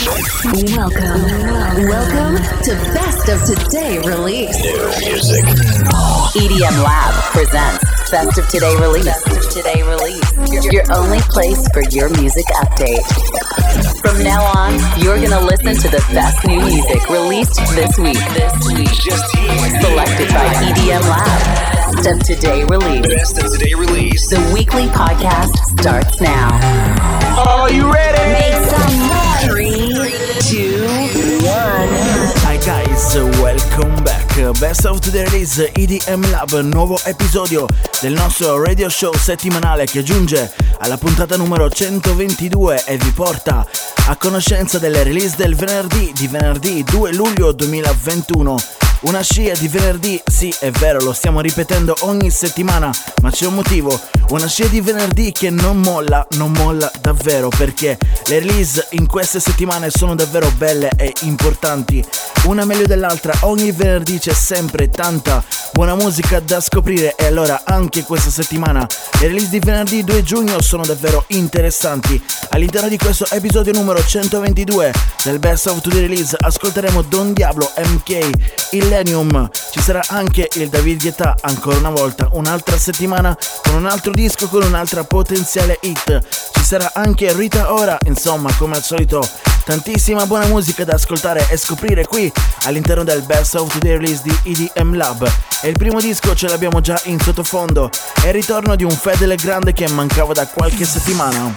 Welcome to Best of Today Release. New music. EDM Lab presents Best of Today Release. Best of Today Release. Your only place for your music update. From now on, you're gonna listen to the best new music released this week. Just here. Selected by EDM Lab. Best of Today Release. Best of Today Release. The weekly podcast starts now. Are you ready? Make some noise. 3, 2, 1. Hi guys, welcome back. Best of Today Release EDM Lab, nuovo episodio del nostro radio show settimanale che giunge alla puntata numero 122 e vi porta a conoscenza delle release del venerdì, di venerdì 2 luglio 2021. Una scia di venerdì, sì è vero, lo stiamo ripetendo ogni settimana, ma c'è un motivo. Una scia di venerdì che non molla davvero, perché le release in queste settimane sono davvero belle e importanti, una meglio dell'altra. Ogni venerdì c'è sempre tanta buona musica da scoprire e allora anche questa settimana le release di venerdì 2 giugno sono davvero interessanti. All'interno di questo episodio numero 122 del Best of Today Release ascolteremo Don Diablo, MK, Illenium, ci sarà anche il David Guetta ancora una volta, un'altra settimana con un altro disco, con un'altra potenziale hit. Ci sarà anche Rita Ora, insomma come al solito tantissima buona musica da ascoltare e scoprire qui all'interno del Best of Today Release di EDM Lab. E il primo disco ce l'abbiamo già in sottofondo, è il ritorno di un Fedele grande che mancava da qualche settimana.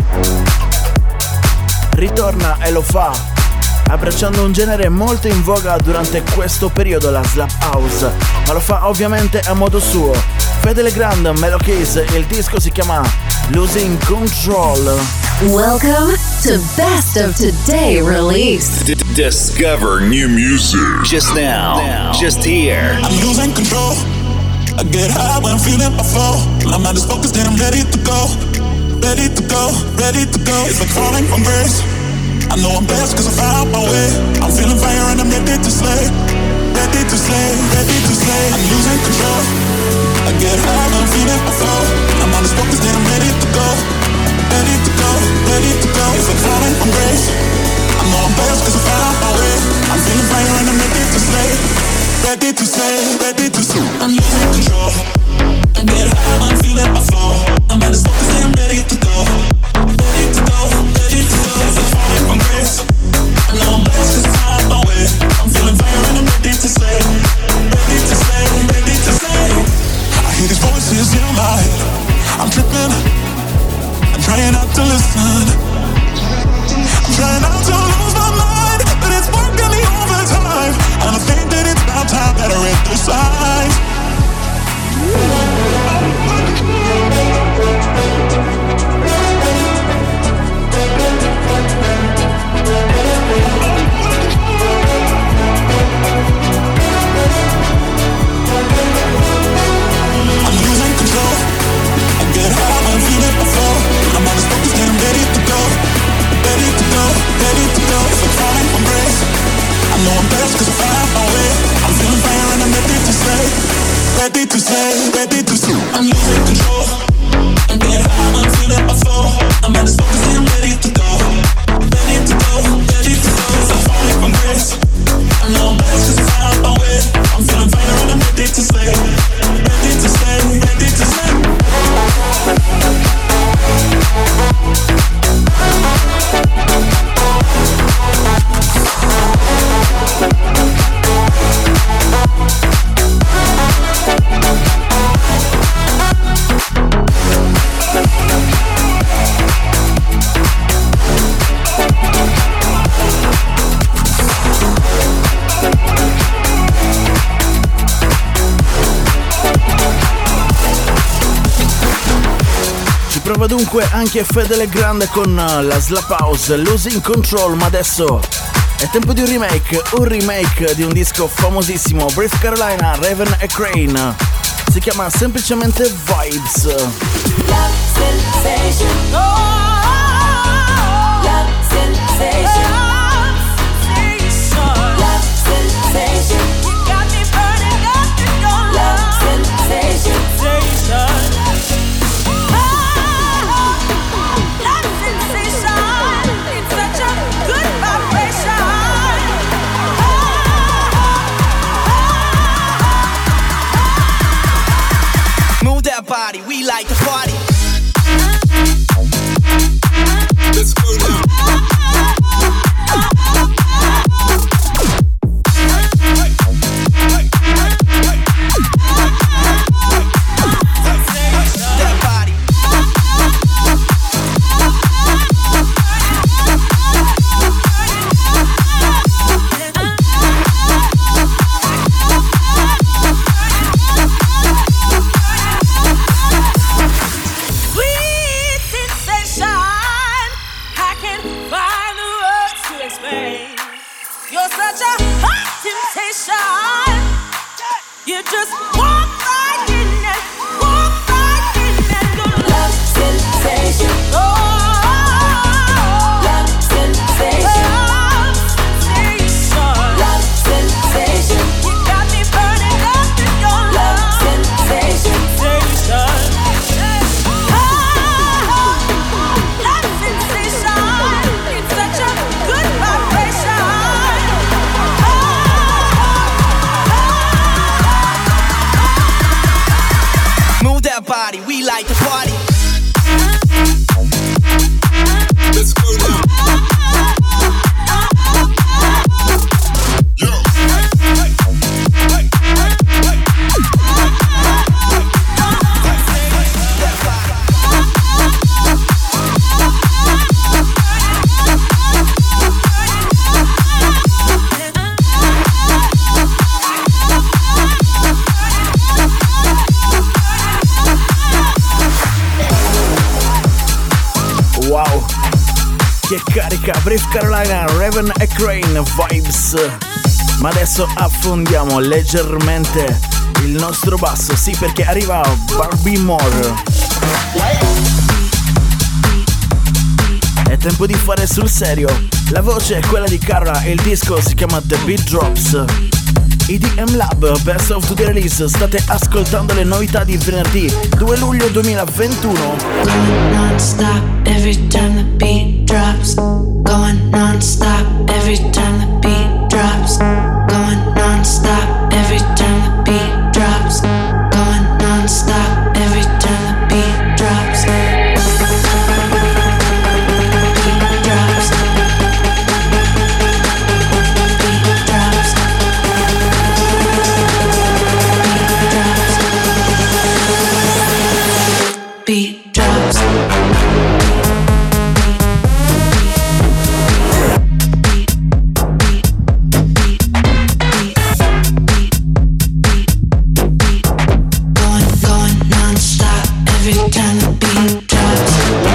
Ritorna e lo fa abbracciando un genere molto in voga durante questo periodo, la Slap House, ma lo fa ovviamente a modo suo. Fedele Grand, Melo Keys, il disco si chiama Losing Control. Welcome to Best of Today Release. Discover new music. Just now. Just here. I'm losing control. I get high when I'm feeling my flow. My mind is focused and I'm ready to go. Ready to go, ready to go. It's like falling from grace. I know I'm blessed cause I found my way. I'm feeling fire and I'm ready to slay. Ready to slay, ready to slay. I'm losing control. I get high when I'm feeling my flow. My mind is focused and I'm ready to go. Ready to go, ready to go. It's like falling from grace. I know I'm blessed cause I found my way. I'm feeling fire and I'm ready to slay. Ready to slay, ready to slay. I'm losing control. I get high when I'm feeling my flow. My mind is focused and I'm ready to go. Ready to go, ready to go. It's like falling from grace. I know I'm blessed cause I found my way. I'm feeling fire and I'm ready to slay. Ready to slay, ready to slay. I hear these voices in my head. I'm tripping. I'm trying not to listen. I'm trying not to lose my mind, but it's working me overtime. And I think that it's about time that I read the signs. I'm losing control. I get high, I'm feeling my flow. I'm on this focus and I'm ready to go. Ready to go, ready to go. It's like falling from grace. I know I'm blessed cause I found my way. I'm feeling fire and I'm ready to slay. Ready to slay, ready to slay. I'm losing control. I get high, I'm feeling my flow. I'm on this focus and I'm ready to go. Ready to go, ready to go. It's like falling from grace. I know I'm blessed cause I found my way. I'm feeling fire and I'm ready to slay. Ready to slay, ready to slay. Prova dunque anche Fedele Grande con la Slap House, Losing Control, ma adesso è tempo di un remake di un disco famosissimo, Brief Carolina, Raven e Crane. Si chiama semplicemente Vibes. Love sensation. Love sensation. Love sensation. You got me burning up in your love sensation. Love sensation. It's such a good vibration. body, we like to party. Let's go now. Body, we like to party. Let's go now. Yo. Wow, che carica, Brief Carolina, Raven e Crane, Vibes. Ma adesso affondiamo leggermente il nostro basso, sì, perché arriva Barbie Moore. È tempo di fare sul serio. La voce è quella di Carola e il disco si chiama The Beat Drops. EDM Lab, Best of the Release, state ascoltando le novità di venerdì 2 luglio 2021. Going non-stop every time the beat drops. Going non-stop every time the beat drops. Going non-stop every time the beat drops. Going non-stop every time the beat drops. Beat drops. Beat drops. Beat drops. Going non-stop every time the beat drops.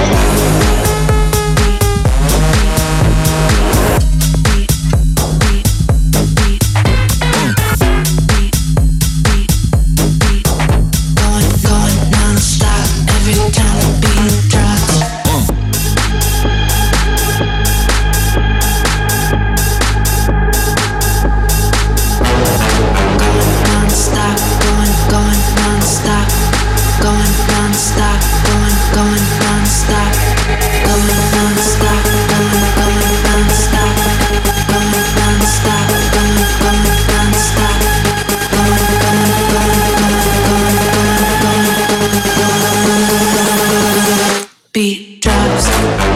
Going non-stop every time the beat drops. Going non-stop, going non-stop, going non-stop, going non-stop, going non-stop, going non-stop, going non-stop, going non-stop, going beat drops.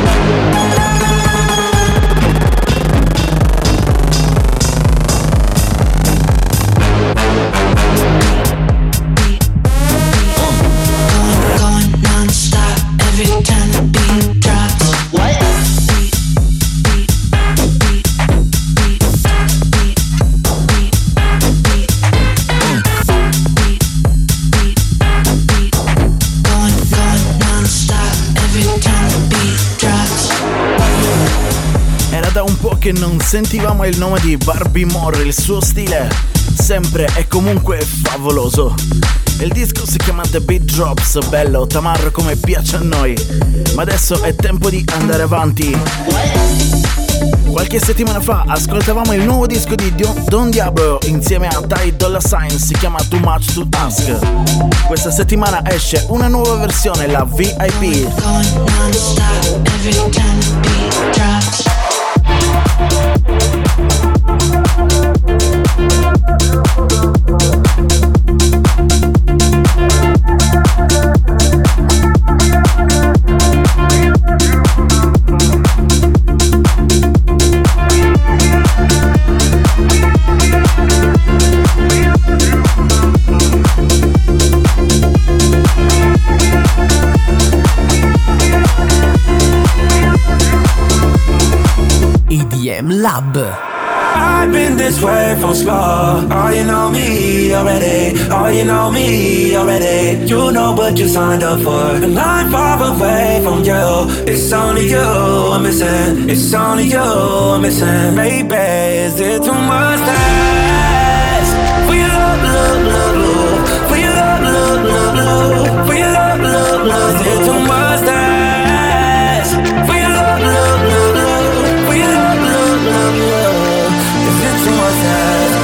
Going non-stop every time the beat drops. Going non-stop every time the beat drops. Era da un po' che non sentivamo il nome di Barbie Moore, il suo stile sempre e comunque favoloso. Il disco si chiama The Beat Drops, bello, tamarro come piace a noi. Ma adesso è tempo di andare avanti. Qualche settimana fa ascoltavamo il nuovo disco di Don Diablo insieme a Ty Dolla $ign, si chiama Too Much to Ask. Questa settimana esce una nuova versione, la VIP. Going non-stop every time the beat drops. EDM Lab. I've been this way from school. Oh, you know me already. Oh, you know me already. You know what you signed up for. And I'm far away from you. It's only you I'm missing. It's only you I'm missing. Baby, is it too much to ask? For your love, love, love, love. For your love, love, love, love. For your love, love, love. Is it too much to ask? For your love, love, love, love. For your love, love, love, love. Too much time.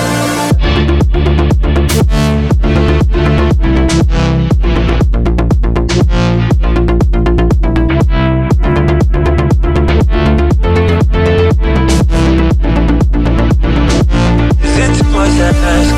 Is it too much to ask?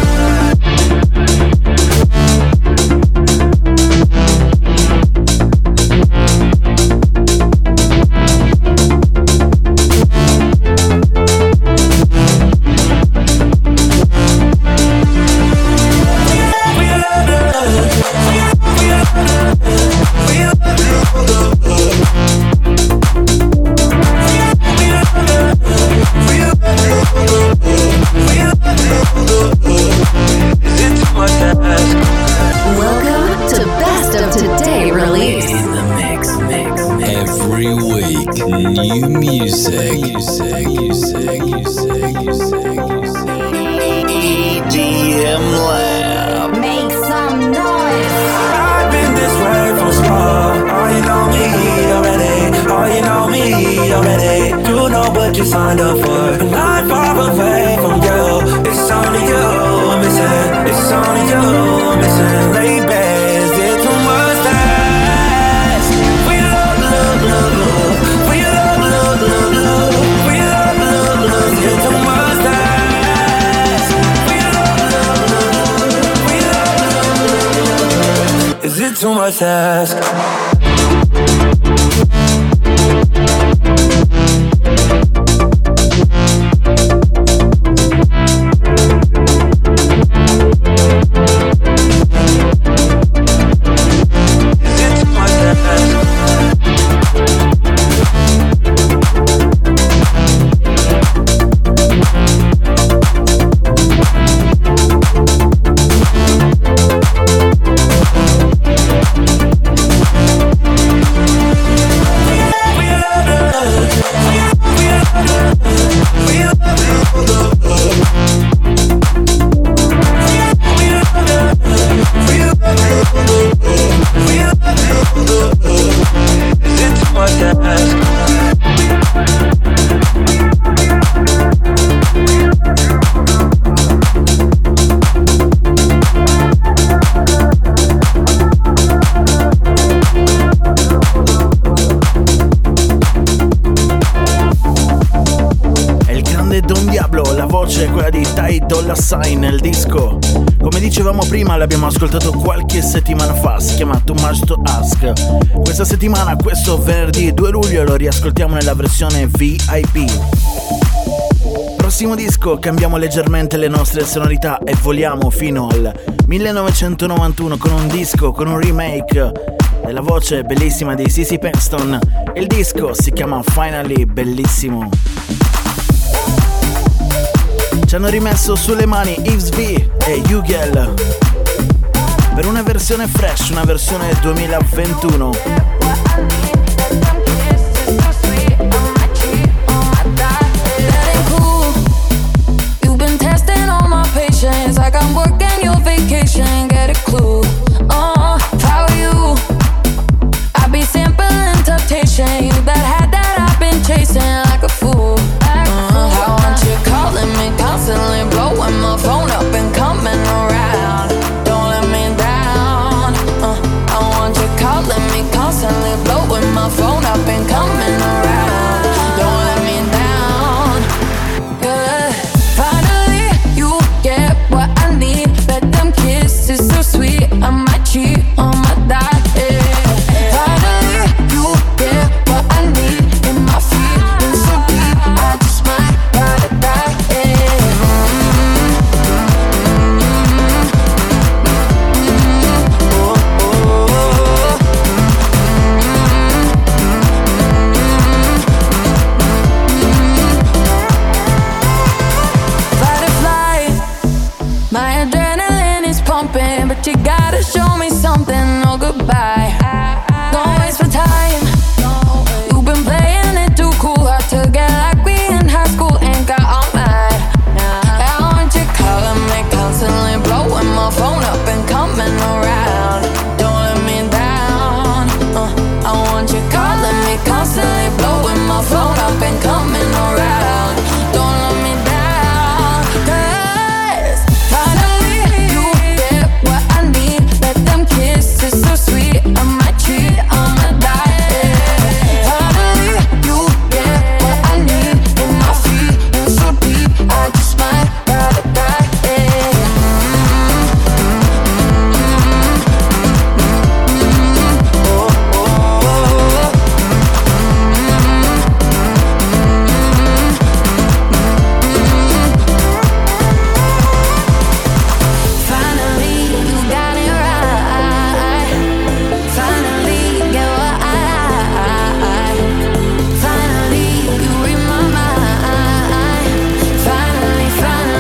Too much to ask. Sign, il disco, come dicevamo prima, l'abbiamo ascoltato qualche settimana fa, si chiama Too Much to Ask. Questa settimana, questo venerdì 2 luglio, lo riascoltiamo nella versione VIP. Prossimo disco, cambiamo leggermente le nostre sonorità e voliamo fino al 1991 con un disco, con un remake della voce bellissima di CeCe Peniston. Il disco si chiama Finally, bellissimo. Ci hanno rimesso sulle mani Yves V e Hugel per una versione fresh, una versione 2021. Like I'm working your vacation, get a clue. If I were you, I'd be simple in temptation. You that had that I've been chasing like a fool. I want you calling me constantly, blowing my phone up and coming around. Don't let me down. I want you calling me constantly, blowing you gotta show me something, no goodbye. Don't waste my time. You've been playing it too cool, hard to get like we in high school. Ain't got all mad. I want you calling me constantly, blowing my phone up and coming around. Don't let me down. I want you calling me constantly, blowing my phone up and coming around. Don't let me down. 'Cause finally you get what I need. Let them kisses so sweet. I might cheat on the diet. Finally you get what I need. In my feelings so deep, I just might ride or die. Finally you got it right. Finally get what I. Finally you read my mind. Finally,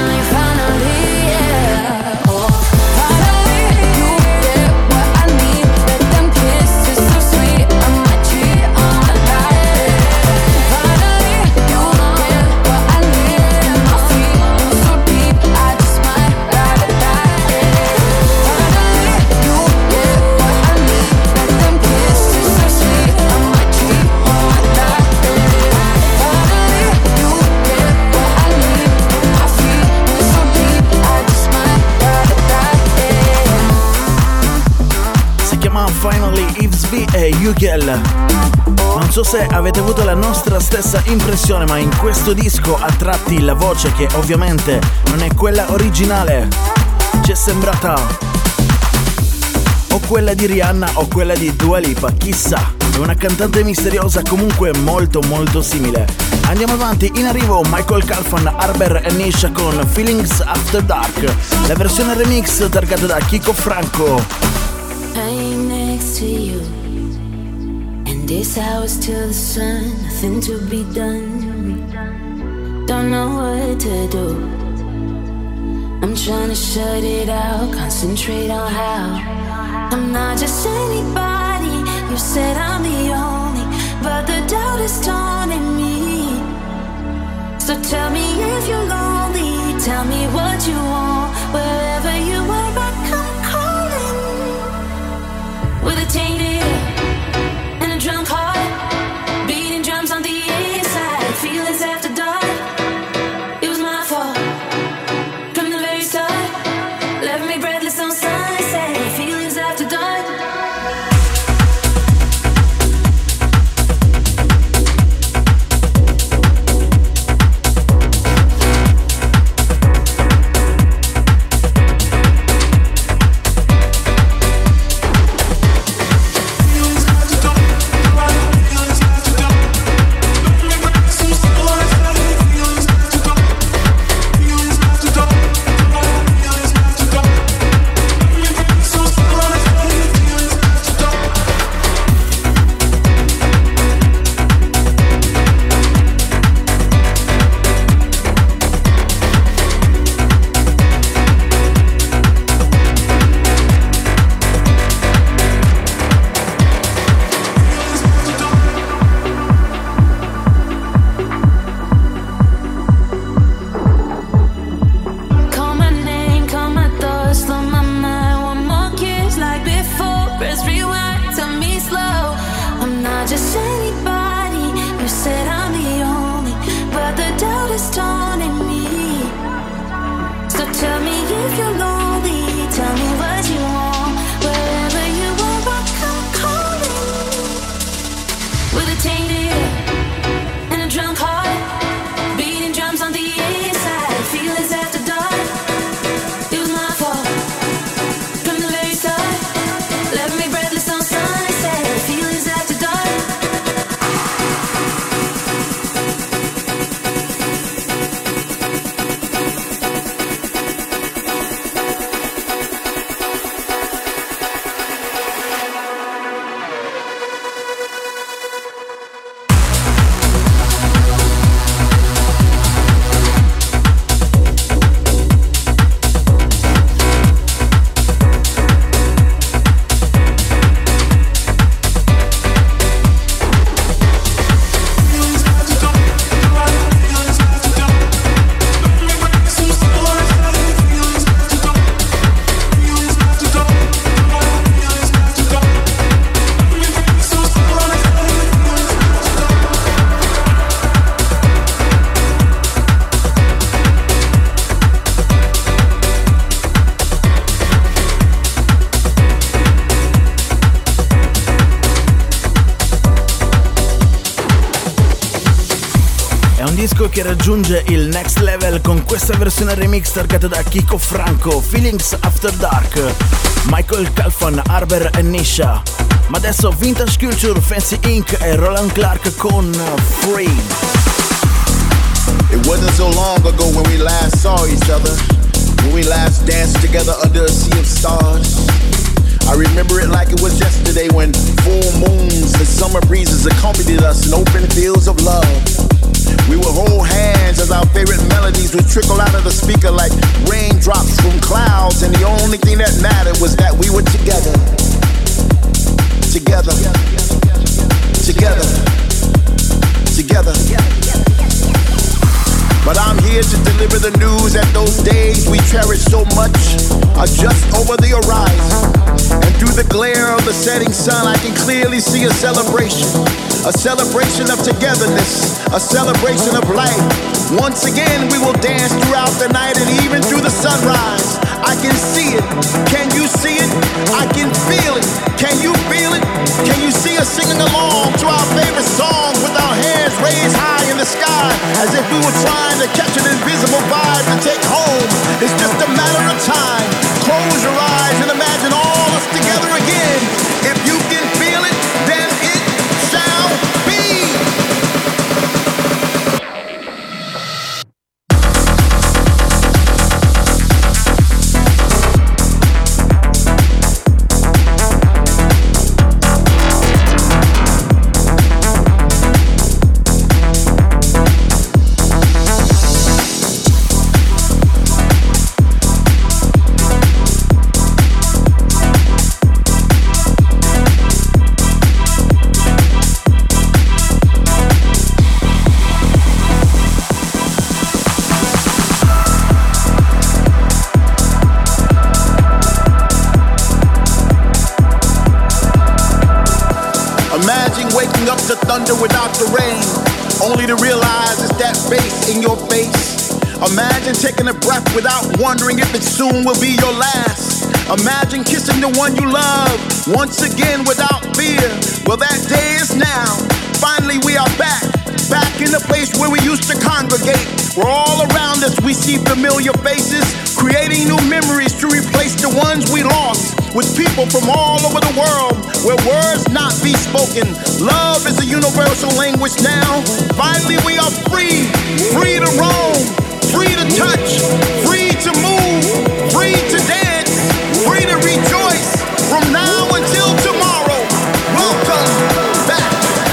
yeah. Oh, finally you get what I need. Let them kisses so sweet. I might cheat on the diet. Finally you get what I need. In my feelings so deep, I just might ride or die. Finally you get what I need. Let them kisses so sweet. I might cheat on the diet. Finally you get what I need. In my feelings so deep, I just might ride or die. Si chiama Finally Yves V e Hugel. Non so se avete avuto la nostra stessa impressione, ma in questo disco a tratti la voce, che ovviamente non è quella originale, ci è sembrata o quella di Rihanna o quella di Dua Lipa, chissà. È una cantante misteriosa, comunque molto molto simile. Andiamo avanti, in arrivo Michael Calfan, Arber e Nisha con Feelings After Dark, la versione remix targata da Kiko Franco. I'm next to you, and it's hours till the sun, nothing to be done. Don't know what to do. I'm trying to shut it out, concentrate on how I'm not just anybody. You said I'm the only, but the doubt is taunting me. So tell me if you're lonely, tell me what you want. Wherever you are, I come calling. With a tainted and a drunk heart, beating drums on the inside, feelings after dark. It was my fault from the very start. Left me breathless on sunset, feelings after dark. che raggiunge il next level con questa versione remix targata da Kiko Franco, Feelings After Dark, Michael Calfan, Harber e Nisha. Ma adesso Vintage Culture, Fancy Inc. e Roland Clark con Free. It wasn't so long ago when we last saw each other, when we last danced together under a sea of stars. I remember it like it was yesterday when full moons and summer breezes accompanied us in open fields of love. We would hold hands as our favorite melodies would trickle out of the speaker like raindrops from clouds, and the only thing that mattered was that we were together. Together. Together. Together. But I'm here to deliver the news that those days we cherish so much are just over the horizon. And through the glare of the setting sun, I can clearly see a celebration of togetherness, a celebration of life. Once again, we will dance throughout the night and even through the sunrise. I can see it. Can you see it? I can feel it. Can you feel it? Can you see us singing along to our favorite song with our hands raised high in the sky as if we were trying to catch an invisible vibe to take home? It's just a matter of time. Close your eyes and imagine all us together again. If you can feel it, then it shall be. Without the rain, only to realize it's that bass in your face. Imagine taking a breath without wondering if it soon will be your last. Imagine kissing the one you love once again without fear. Well, that day is now. Finally, we are back in the place where we used to congregate. Where all around us we see familiar faces, creating new memories to replace the ones we lost. With people from all over the world, where words not be spoken. Love is a universal language now. Finally we are free, free to roam, free to touch, free to move, free to dance, free to rejoice. From now until tomorrow, welcome back.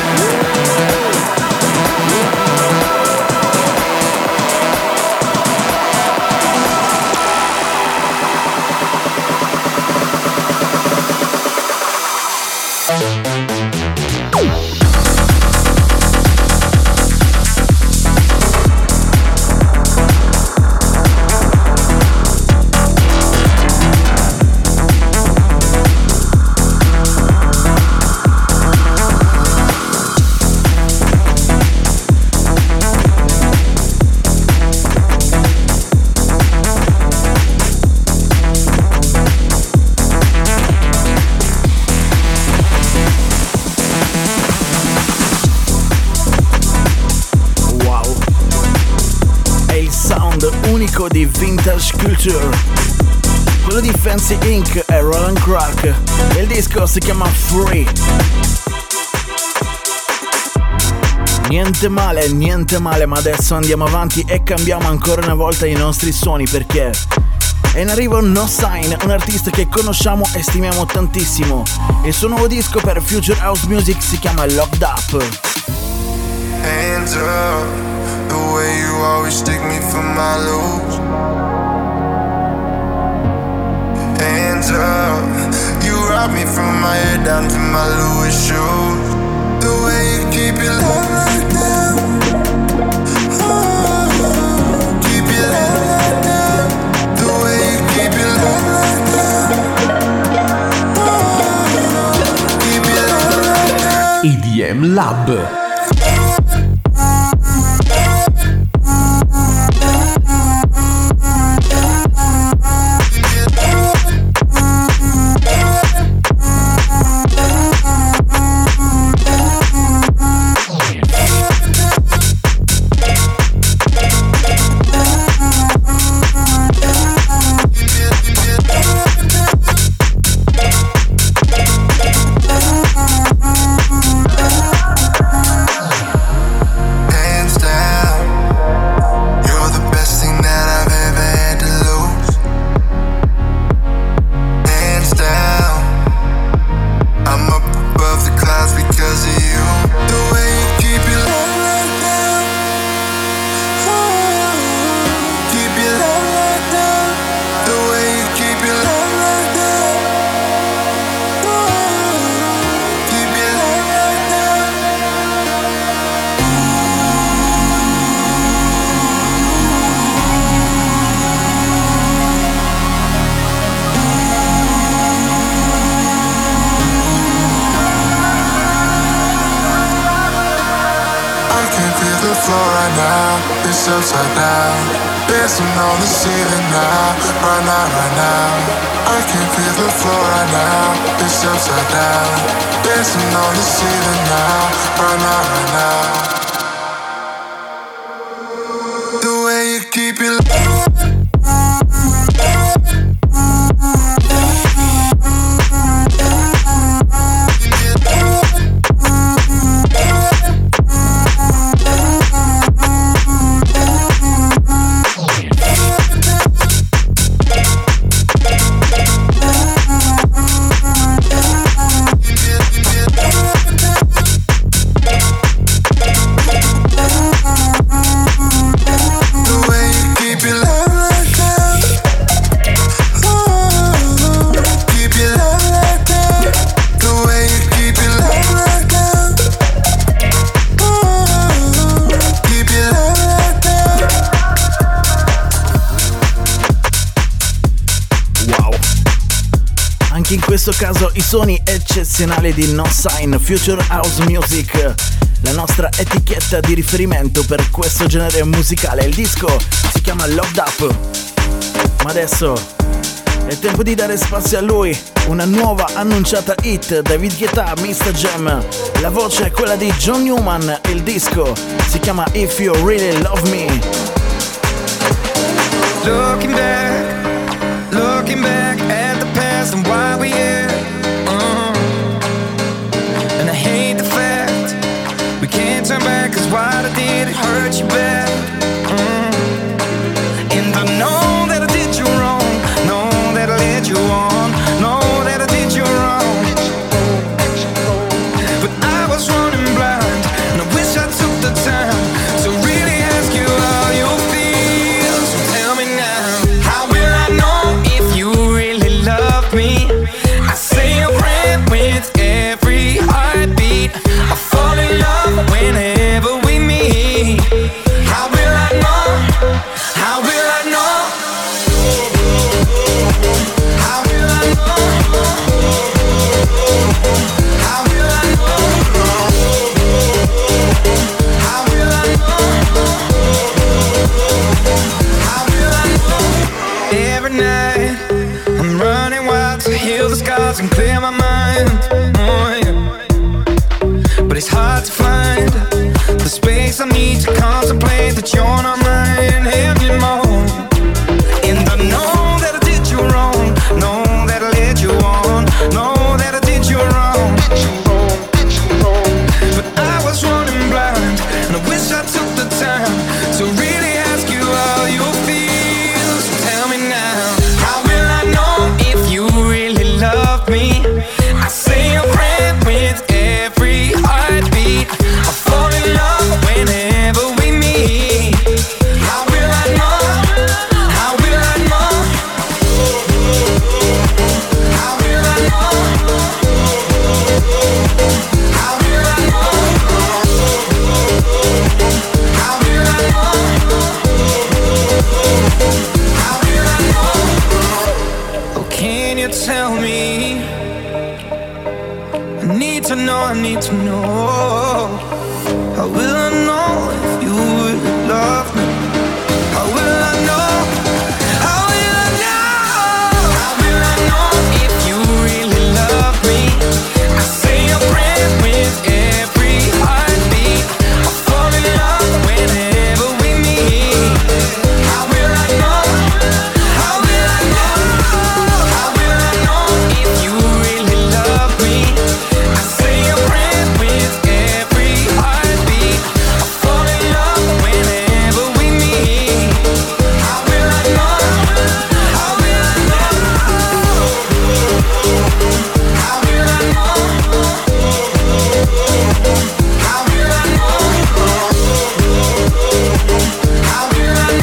Di Vintage Culture, quello di Fancy Inc. e Roland Clark. Il disco si chiama Free. Niente male, ma adesso andiamo avanti e cambiamo ancora una volta i nostri suoni, perché è in arrivo No Sign, un artista che conosciamo e stimiamo tantissimo. Il suo nuovo disco per Future House Music si chiama Locked Up. Hands up, the way you always stick me for my lose. Hands up, you rob me from my head down to my Louis shoes. The way you keep it low like that, oh, keep it low like that. The way you keep it low like that, oh, keep it low like that. EDM Lab. it's upside down. Dancing on the ceiling now, right now, right now. I can feel the floor right now, it's upside down. Dancing on the ceiling now, right now, right now. The way you keep it low. In questo caso i suoni eccezionali di No Sign Future House Music, la nostra etichetta di riferimento per questo genere musicale. Il disco si chiama Loved Up, ma adesso è tempo di dare spazio a lui, una nuova annunciata hit, David Guetta, Mr. Jam. La voce è quella di John Newman, il disco si chiama If You Really Love Me. Looking back at the past and why we're here. And I hate the fact we can't turn back, cause what I did hurt you bad. And I know that I did you wrong, know that I led you on, know that I did you wrong. But I was running blind, and I wish I took the time to really ask you how you feel. So tell me now, how will I know if you really love me? I say a prayer with every heartbeat. I fall in love whenever we meet. How will I know? How will I know? How will I know? How will I know? How will I know? How will I know? Every night I'm running wild to heal the scars and clear my mind. Oh, yeah. But it's hard to find the space I need to contemplate that you're not mine anymore. And I know that I did you wrong, know that I led you on, know that I did you wrong. But I was running blind, and I wish I took the time to really ask you how you feel. So tell me now, how will I know if you really love me? I say a prayer with every heartbeat. I fall in love whenever we meet. How will I know? How will I know? How will I know? How will I know? How will I know? Oh, can you tell me? I need to know, I need to know. How will I know if you really love me? How will I know? How will I know? How will I know if you really love me? I say a prayer with every heartbeat. I fall in love whenever we meet. How will I know? How will I know? How will I know if you really love me? I say a prayer with every heartbeat. I fall in love whenever we meet. How will I know? How will I know? How will I know? How will I know? How will I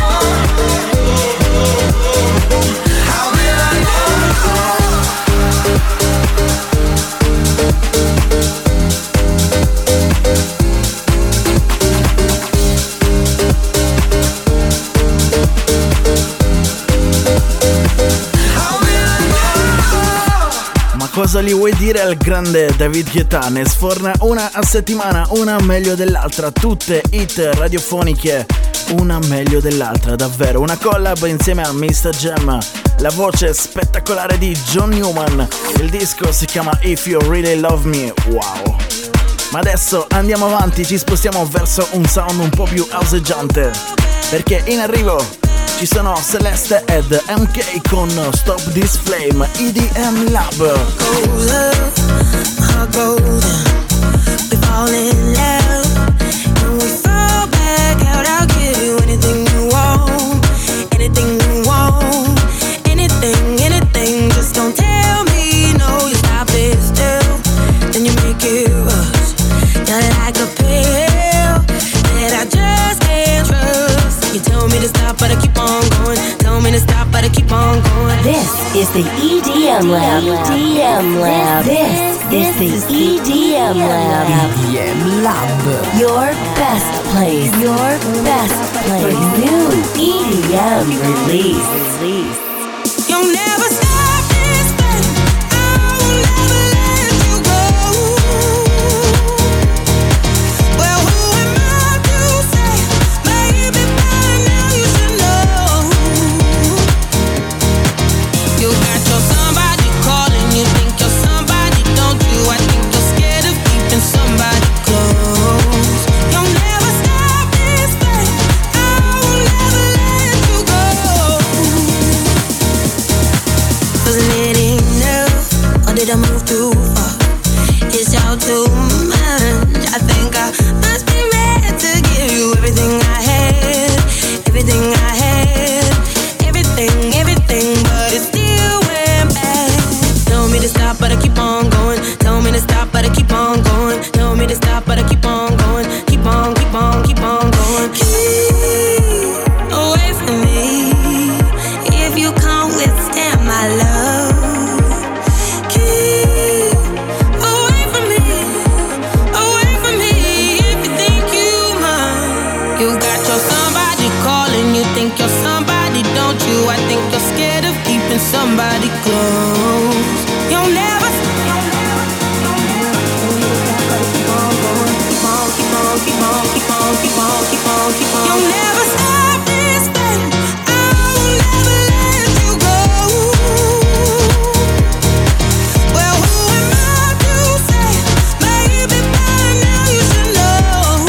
Ma cosa gli vuoi dire al grande David Guetta? Ne sforna una a settimana, una meglio dell'altra, tutte hit radiofoniche una meglio dell'altra, davvero. Una collab insieme a Mr. Jam, la voce spettacolare di John Newman. Il disco si chiama If You Really Love Me. Wow. Ma adesso andiamo avanti, ci spostiamo verso un sound un po' più houseggiante, perché in arrivo ci sono Celeste ed MK con Stop This Flame, EDM Lab. We fall in love and we fall back out. I'll give you anything you want, anything you want, anything. Just don't tell me no. You stop it still, then you make it rush. You're like a pill that I just can't trust. You tell me to stop, but I keep on going. Tell me to stop, but I keep on going. This is the EDM Lab. EDM Lab. This is the EDM Lab. EDM Lab. Your best place. Your best place. New EDM release. You'll never stop this thing. I will never let you go. Well, who am I to say? Maybe by now you should know. You got your somebody calling. You think you're somebody, don't you? I think you're scared of keeping somebody close. You'll never stop this thing. I will never let you go. Wasn't it enough, or did I move too far? Is y'all too much? I think I must be meant to give you everything I had, everything I had, everything, but it still went back. Tell me to stop, but I keep on going. Tell me to stop, but I keep on going. Tell me to stop, but I keep on going. Keep on going. Keep away from me if you can't withstand my love. Keep away from me if you think you mine. You got your somebody calling, you think you're somebody, don't you? I think you're scared of keeping somebody close. You'll never keep on. You'll never stop this thing. I will never let you go. Well, who am I to say? Maybe by now you should know.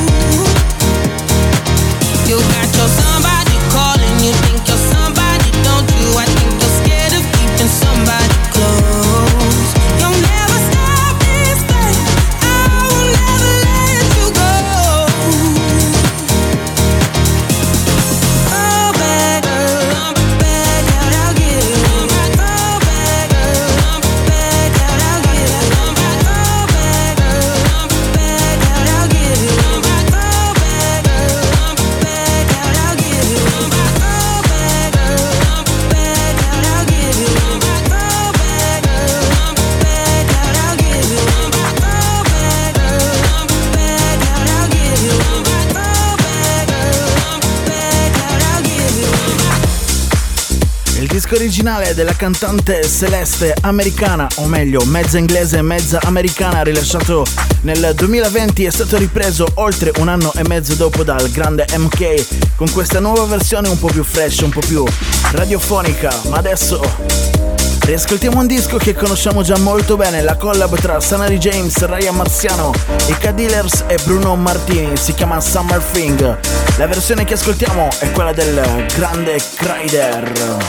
You got your somebody calling. You think you're somebody, don't you? I think you're scared of keeping somebody close. You'll never stop this thing. I will never let you go. Il disco originale della cantante Celeste, americana, o meglio mezza inglese e mezza americana, rilasciato nel 2020, è stato ripreso oltre un anno e mezzo dopo dal grande MK con questa nuova versione un po' più fresh, un po' più radiofonica. Ma adesso riascoltiamo un disco che conosciamo già molto bene, la collab tra Sanary James, Ryan Marciano, i K-Dealers e Bruno Martini, si chiama Summer Thing. La versione che ascoltiamo è quella del grande Kryder.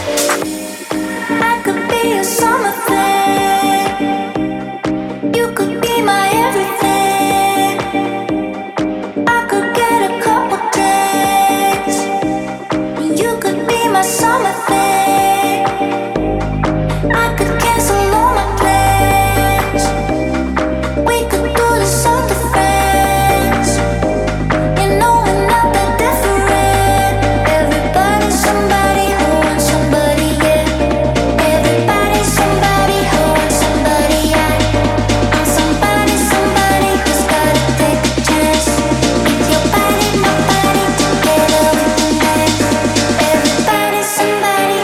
I could be a summer thing. You could be my everything. I could get a couple days. You could be my summer thing. I could cancel all my plans. We could do this all the friends. You know we're not that different. Everybody's somebody who wants somebody, yeah. Everybody's somebody who wants somebody, yeah. I'm somebody who's gotta take a chance. It's your body, my body, together we can dance. Everybody's somebody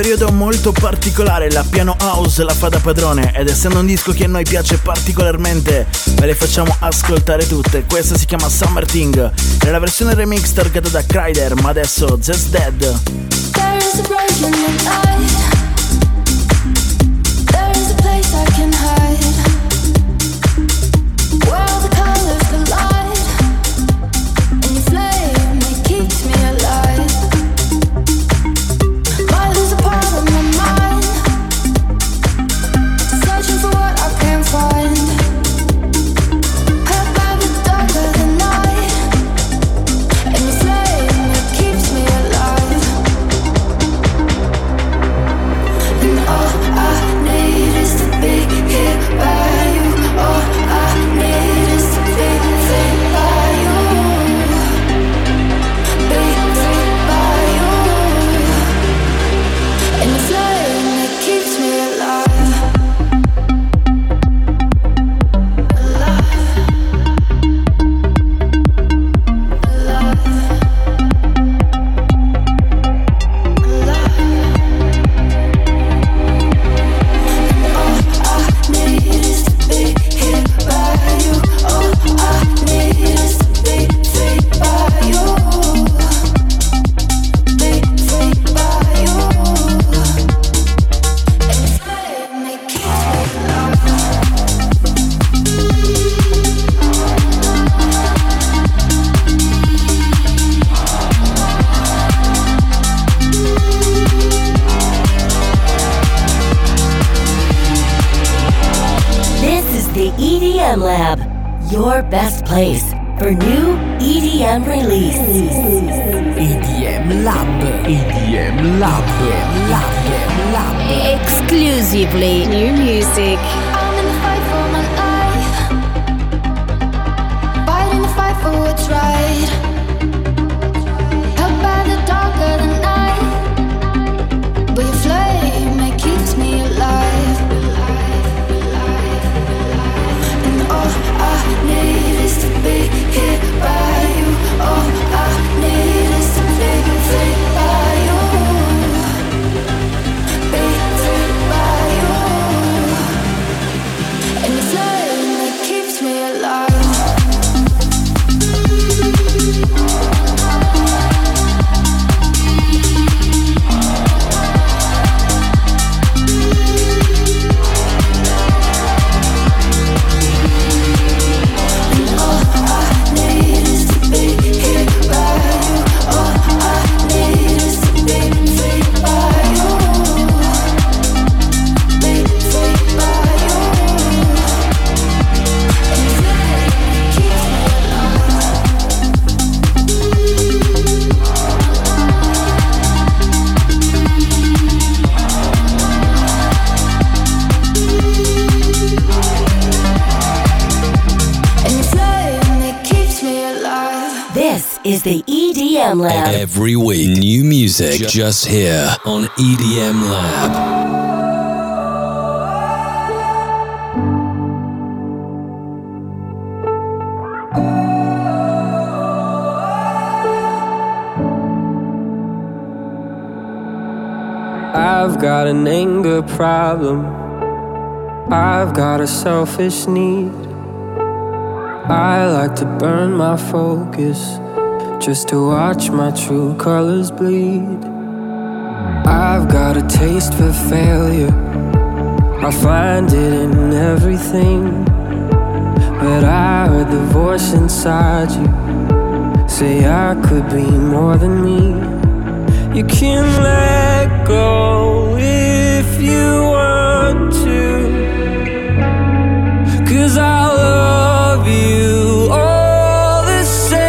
periodo molto particolare, la piano house la fa da padrone, ed essendo un disco che a noi piace particolarmente ve le facciamo ascoltare tutte. Questa si chiama Summer Thing, nella versione remix targata da Kryder, ma adesso Just Dead. There is a break in the night. There is a place I can hide, where all the colors collide, and your flame, it keeps me alive. But there's a part of my mind searching for what I can't find. Hurt by the dark of the night, and your flame, it keeps me alive. And all I need is to be here by you. All I need is to be free by you. Be free by you. And the flame, it keeps me alive. EDM Lab, your best place for new EDM release. EDM Lab, EDM Lab, EDM Lab. Exclusively new music. I'm in the fight for my life, fighting the fight for what's right. Held by the dark of the night, but your flame, it keeps me alive. And all I need is to be here by you. All I need is to be free by you. Be free by you. And your flame, it keeps me alive. Is the EDM Lab. Every week, new music just here on EDM Lab. I've got an anger problem. I've got a selfish need. I like to burn my focus just to watch my true colors bleed. I've got a taste for failure. I find it in everything. But I heard the voice inside you say I could be more than me. You can let go if you want to, 'cause I love you all the same.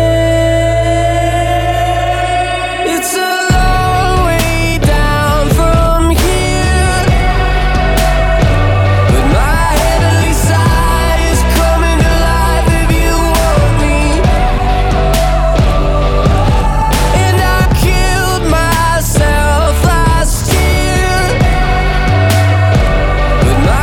It's a long way down from here, but my heavenly side is coming alive if you want me. And I killed myself last year, but my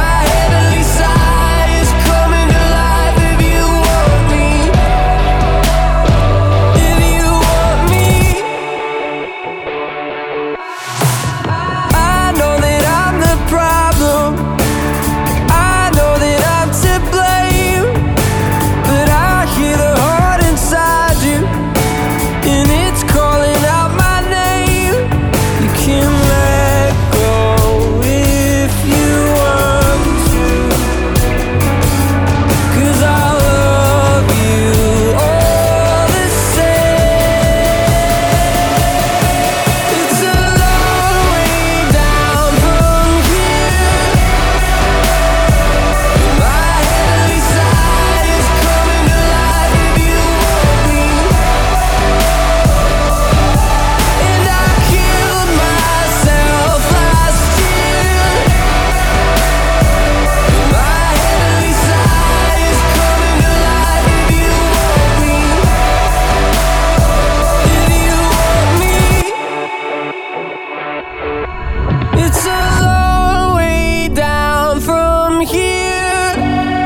here.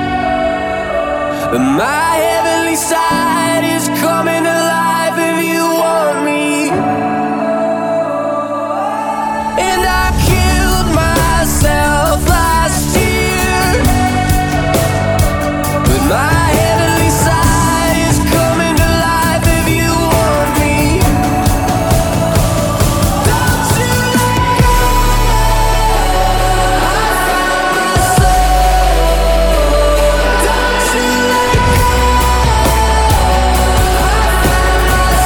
My heavenly side is coming alive if you want me. And I killed myself last year, but my heavenly side is coming alive if you want me. Don't you let go. I found my soul. Don't you let go. I found my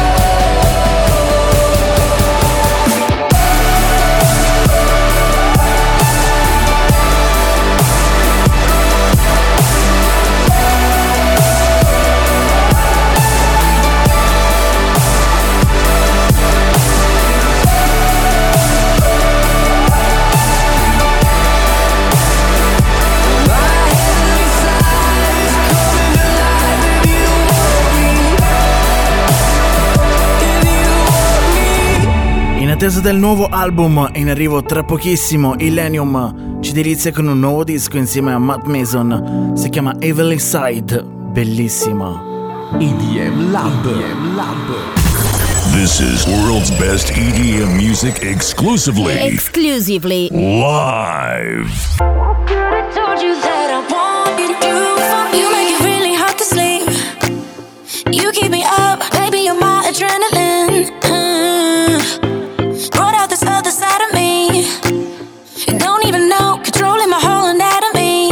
In attesa del nuovo album in arrivo tra pochissimo, Illenium ci delizia con un nuovo disco insieme a Matt Mason, si chiama Heavenly Side, bellissima. EDM Lab. This is world's best EDM music exclusively live. Told you that I wanted you. You make it really hard to sleep. You keep me up, baby, you're my adrenaline. Brought out this other side of me. You don't even know, controlling my whole anatomy.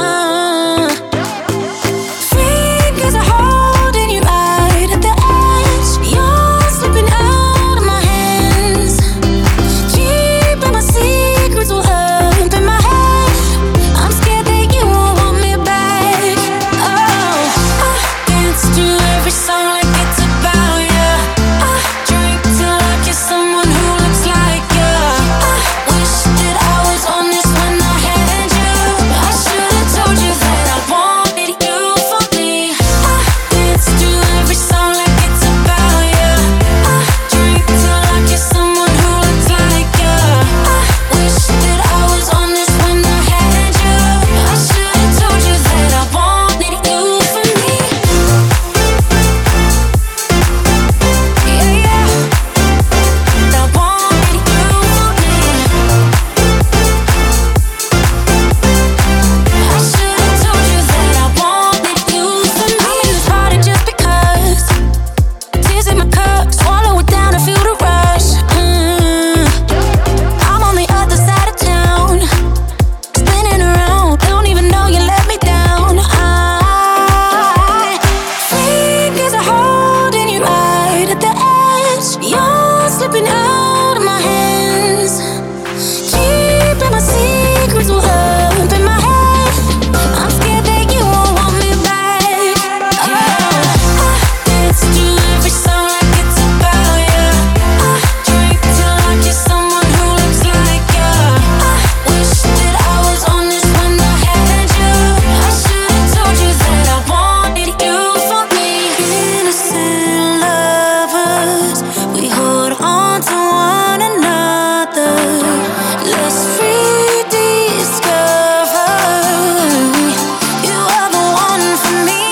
Fingers are holding you right at the edge. You're slipping out of my hands. Keeping my secrets all up in my head. I'm scared that you won't want me back. Oh, I dance to every song like it's about you. I drink till I kiss someone who looks like you. I wish that I was on this when I had you. I should've told you that I wanted you for me. I dance to every song like it's about you. I drink till I kiss someone who looks like you. I wish that I was on this when I had you. I should've told you that I wanted you for me. Yeah, yeah. I wanted you for me. I should've told you that I wanted you for me. I'm in this party just because. Tears in my cup, swallow it down, I feel the rush. I'm on the other side of town, spinning around, don't even know you let me down. Fingers are holding you right at the edge. You're slipping out of my hands. Keeping my secrets all up in my head. I'm scared that you won't want me back. I dance to every song like it's about you. I drink till I kiss someone who looks like you. I wish that I was on this when I had you. I should've told you that I wanted you for me. Innocent lovers, we hold on to one another. Let's rediscover. You are the one for me.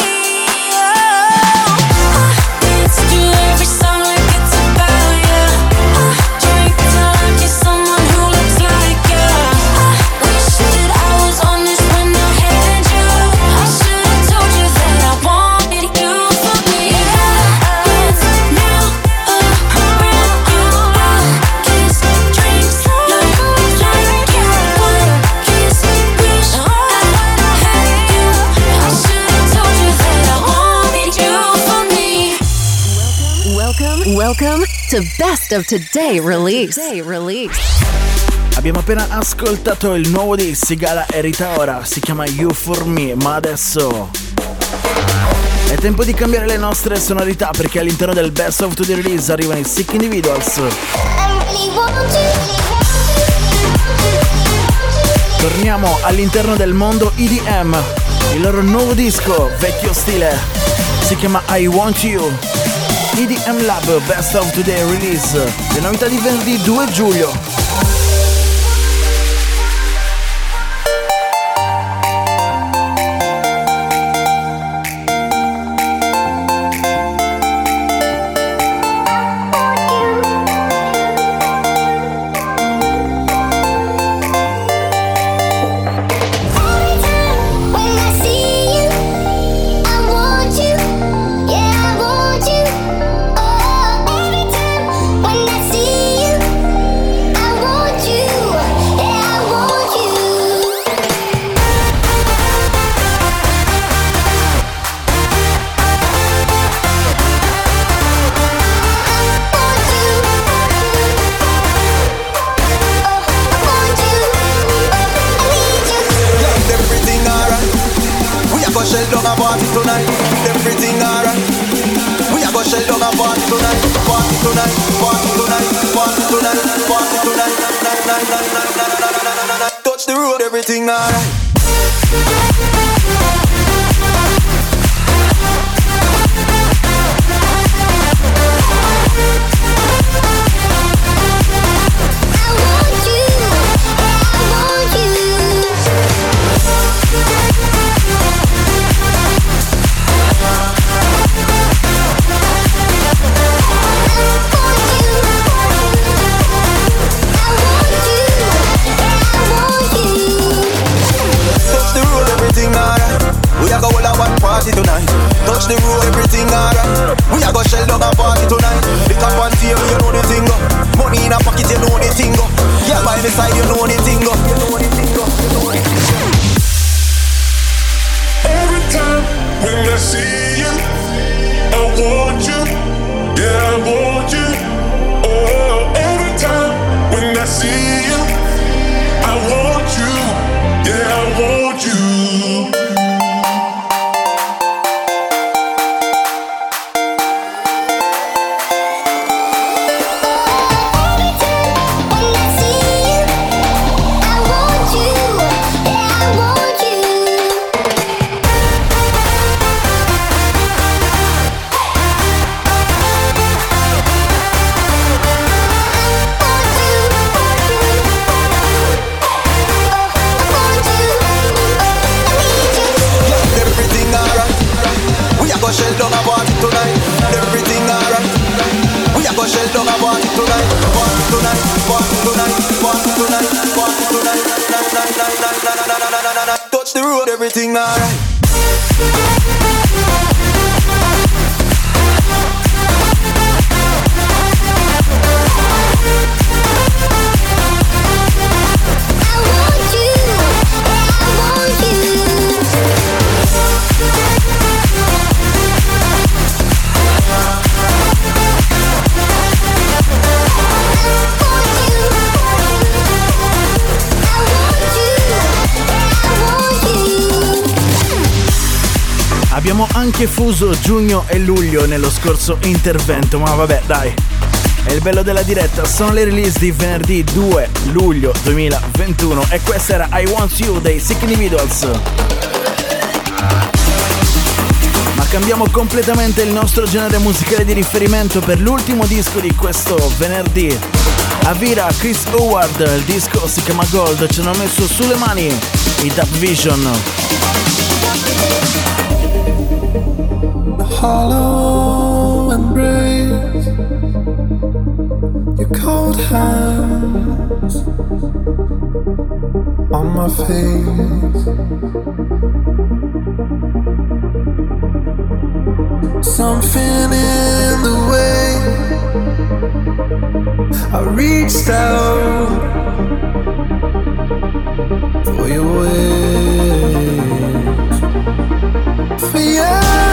I dance to every song like it's about you. I drink till I kiss someone who looks like you. I wish that I was on this when I had you. I should've told you that I wanted you for me. It's now around you. Kiss, drinks, like you. One kiss, wish I had you. I should've told you that I wanted you for me. Welcome to Best of Today Release. Abbiamo appena ascoltato il nuovo di Sigala e Rita Ora, si chiama You For Me, ma adesso è tempo di cambiare le nostre sonorità perché all'interno del Best of Today Release arrivano i Sick Individuals. Torniamo all'interno del mondo EDM, il loro nuovo disco, vecchio stile, si chiama I Want You. EDM Lab Best of Today Release, le novità di venerdì 2 giugno. tonight. Everything alright. We are gonna shell down a party tonight. Party tonight. Party tonight. Party tonight. Party tonight. Touch the road, everything alright. Tonight, touch the road, everything alright. We are gonna shell down a party tonight. The top one table, you know the thing go. Money in a pocket, you know the thing go. Yeah, by the side, you know the thing go. Every time when I see you, I want you. Yeah, I want you. Oh, every time when I see you, I want you. Yeah, I want you. Shell down a party tonight. Everything alright. We are gonna shell down a party tonight. Party tonight. Party tonight. Party tonight. Party tonight. Touch the road, everything alright. Abbiamo anche fuso giugno e luglio nello scorso intervento, ma vabbè dai, è il bello della diretta. Sono le release di venerdì 2 luglio 2021 e questa era I Want You dei Sick Individuals. Ma cambiamo completamente il nostro genere musicale di riferimento per l'ultimo disco di questo venerdì. Avira, Chris Howard, il disco si chiama Gold, ci hanno messo sulle mani i Dub Vision. Hollow embrace, your cold hands on my face. Something in the way I reached out for your waves, for you.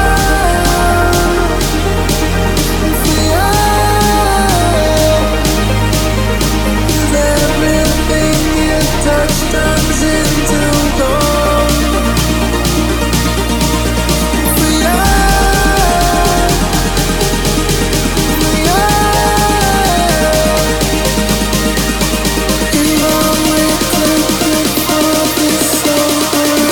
Turns into gold for you, for you. Even with the before this over.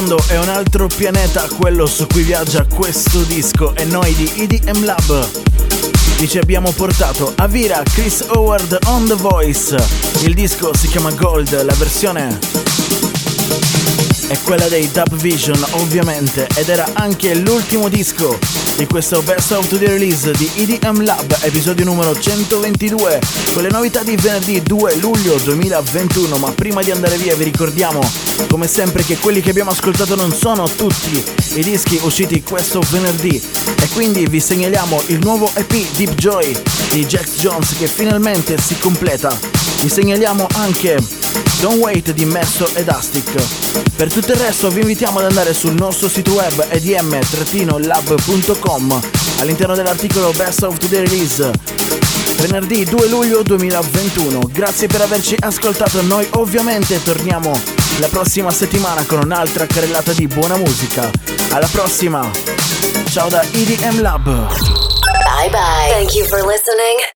fondo è un altro pianeta, quello su cui viaggia questo disco, e noi di EDM Lab ci abbiamo portato Avira, Chris Howard on The Voice. Il disco si chiama Gold, la versione è quella dei Dub Vision ovviamente, ed era anche l'ultimo disco di questo Best of the Release di EDM Lab, episodio numero 122, con le novità di venerdì 2 luglio 2021. Ma prima di andare via vi ricordiamo come sempre che quelli che abbiamo ascoltato non sono tutti i dischi usciti questo venerdì, e quindi vi segnaliamo il nuovo EP Deep Joy di Jax Jones che finalmente si completa. Vi segnaliamo anche Don't Wait di Messo ed Astic. Per tutto il resto vi invitiamo ad andare sul nostro sito web edm-lab.com all'interno dell'articolo Best of the Release venerdì 2 luglio 2021. Grazie per averci ascoltato, noi ovviamente torniamo la prossima settimana con un'altra carrellata di buona musica. Alla prossima, ciao da EDM Lab. Bye bye. Thank you for listening.